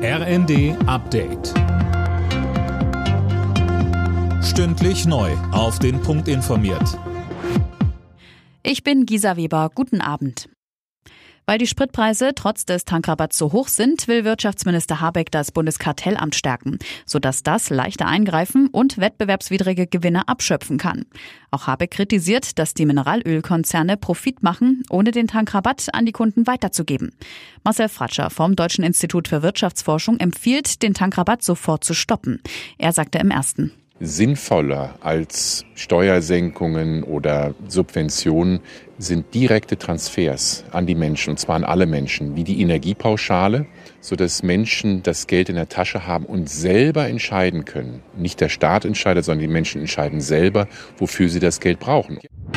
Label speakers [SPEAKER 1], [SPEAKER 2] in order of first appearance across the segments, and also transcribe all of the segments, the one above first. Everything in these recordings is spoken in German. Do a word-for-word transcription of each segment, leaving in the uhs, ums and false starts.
[SPEAKER 1] R N D Update. Stündlich neu auf den Punkt informiert.
[SPEAKER 2] Ich bin Gisa Weber. Guten Abend. Weil die Spritpreise trotz des Tankrabatts so hoch sind, will Wirtschaftsminister Habeck das Bundeskartellamt stärken, sodass das leichter eingreifen und wettbewerbswidrige Gewinne abschöpfen kann. Auch Habeck kritisiert, dass die Mineralölkonzerne Profit machen, ohne den Tankrabatt an die Kunden weiterzugeben. Marcel Fratscher vom Deutschen Institut für Wirtschaftsforschung empfiehlt, den Tankrabatt sofort zu stoppen. Er sagte im Ersten:
[SPEAKER 3] Sinnvoller als Steuersenkungen oder Subventionen sind direkte Transfers an die Menschen, und zwar an alle Menschen, wie die Energiepauschale, sodass Menschen das Geld in der Tasche haben und selber entscheiden können. Nicht der Staat entscheidet, sondern die Menschen entscheiden selber, wofür sie das Geld brauchen.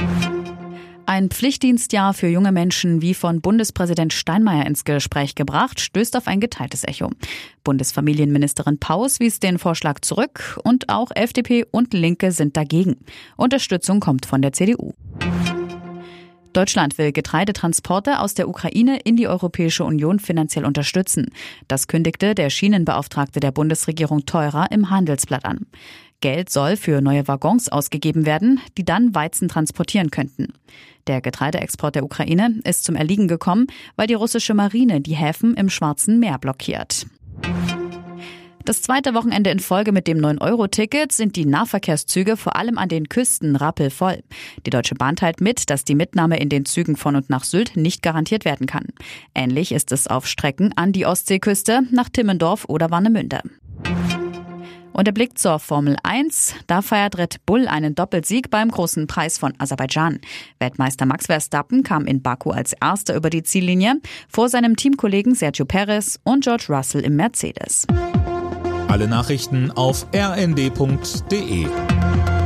[SPEAKER 2] Ein Pflichtdienstjahr für junge Menschen, wie von Bundespräsident Steinmeier ins Gespräch gebracht, stößt auf ein geteiltes Echo. Bundesfamilienministerin Paus wies den Vorschlag zurück und auch F D P und Linke sind dagegen. Unterstützung kommt von der C D U. Deutschland will Getreidetransporte aus der Ukraine in die Europäische Union finanziell unterstützen. Das kündigte der Schienenbeauftragte der Bundesregierung Theurer im Handelsblatt an. Geld soll für neue Waggons ausgegeben werden, die dann Weizen transportieren könnten. Der Getreideexport der Ukraine ist zum Erliegen gekommen, weil die russische Marine die Häfen im Schwarzen Meer blockiert. Das zweite Wochenende in Folge mit dem neun Euro Ticket sind die Nahverkehrszüge vor allem an den Küsten rappelvoll. Die Deutsche Bahn teilt mit, dass die Mitnahme in den Zügen von und nach Sylt nicht garantiert werden kann. Ähnlich ist es auf Strecken an die Ostseeküste, nach Timmendorf oder Warnemünde. Und der Blick zur Formel eins. Da feiert Red Bull einen Doppelsieg beim Großen Preis von Aserbaidschan. Weltmeister Max Verstappen kam in Baku als Erster über die Ziellinie, vor seinem Teamkollegen Sergio Perez und George Russell im Mercedes.
[SPEAKER 1] Alle Nachrichten auf r n d punkt d e.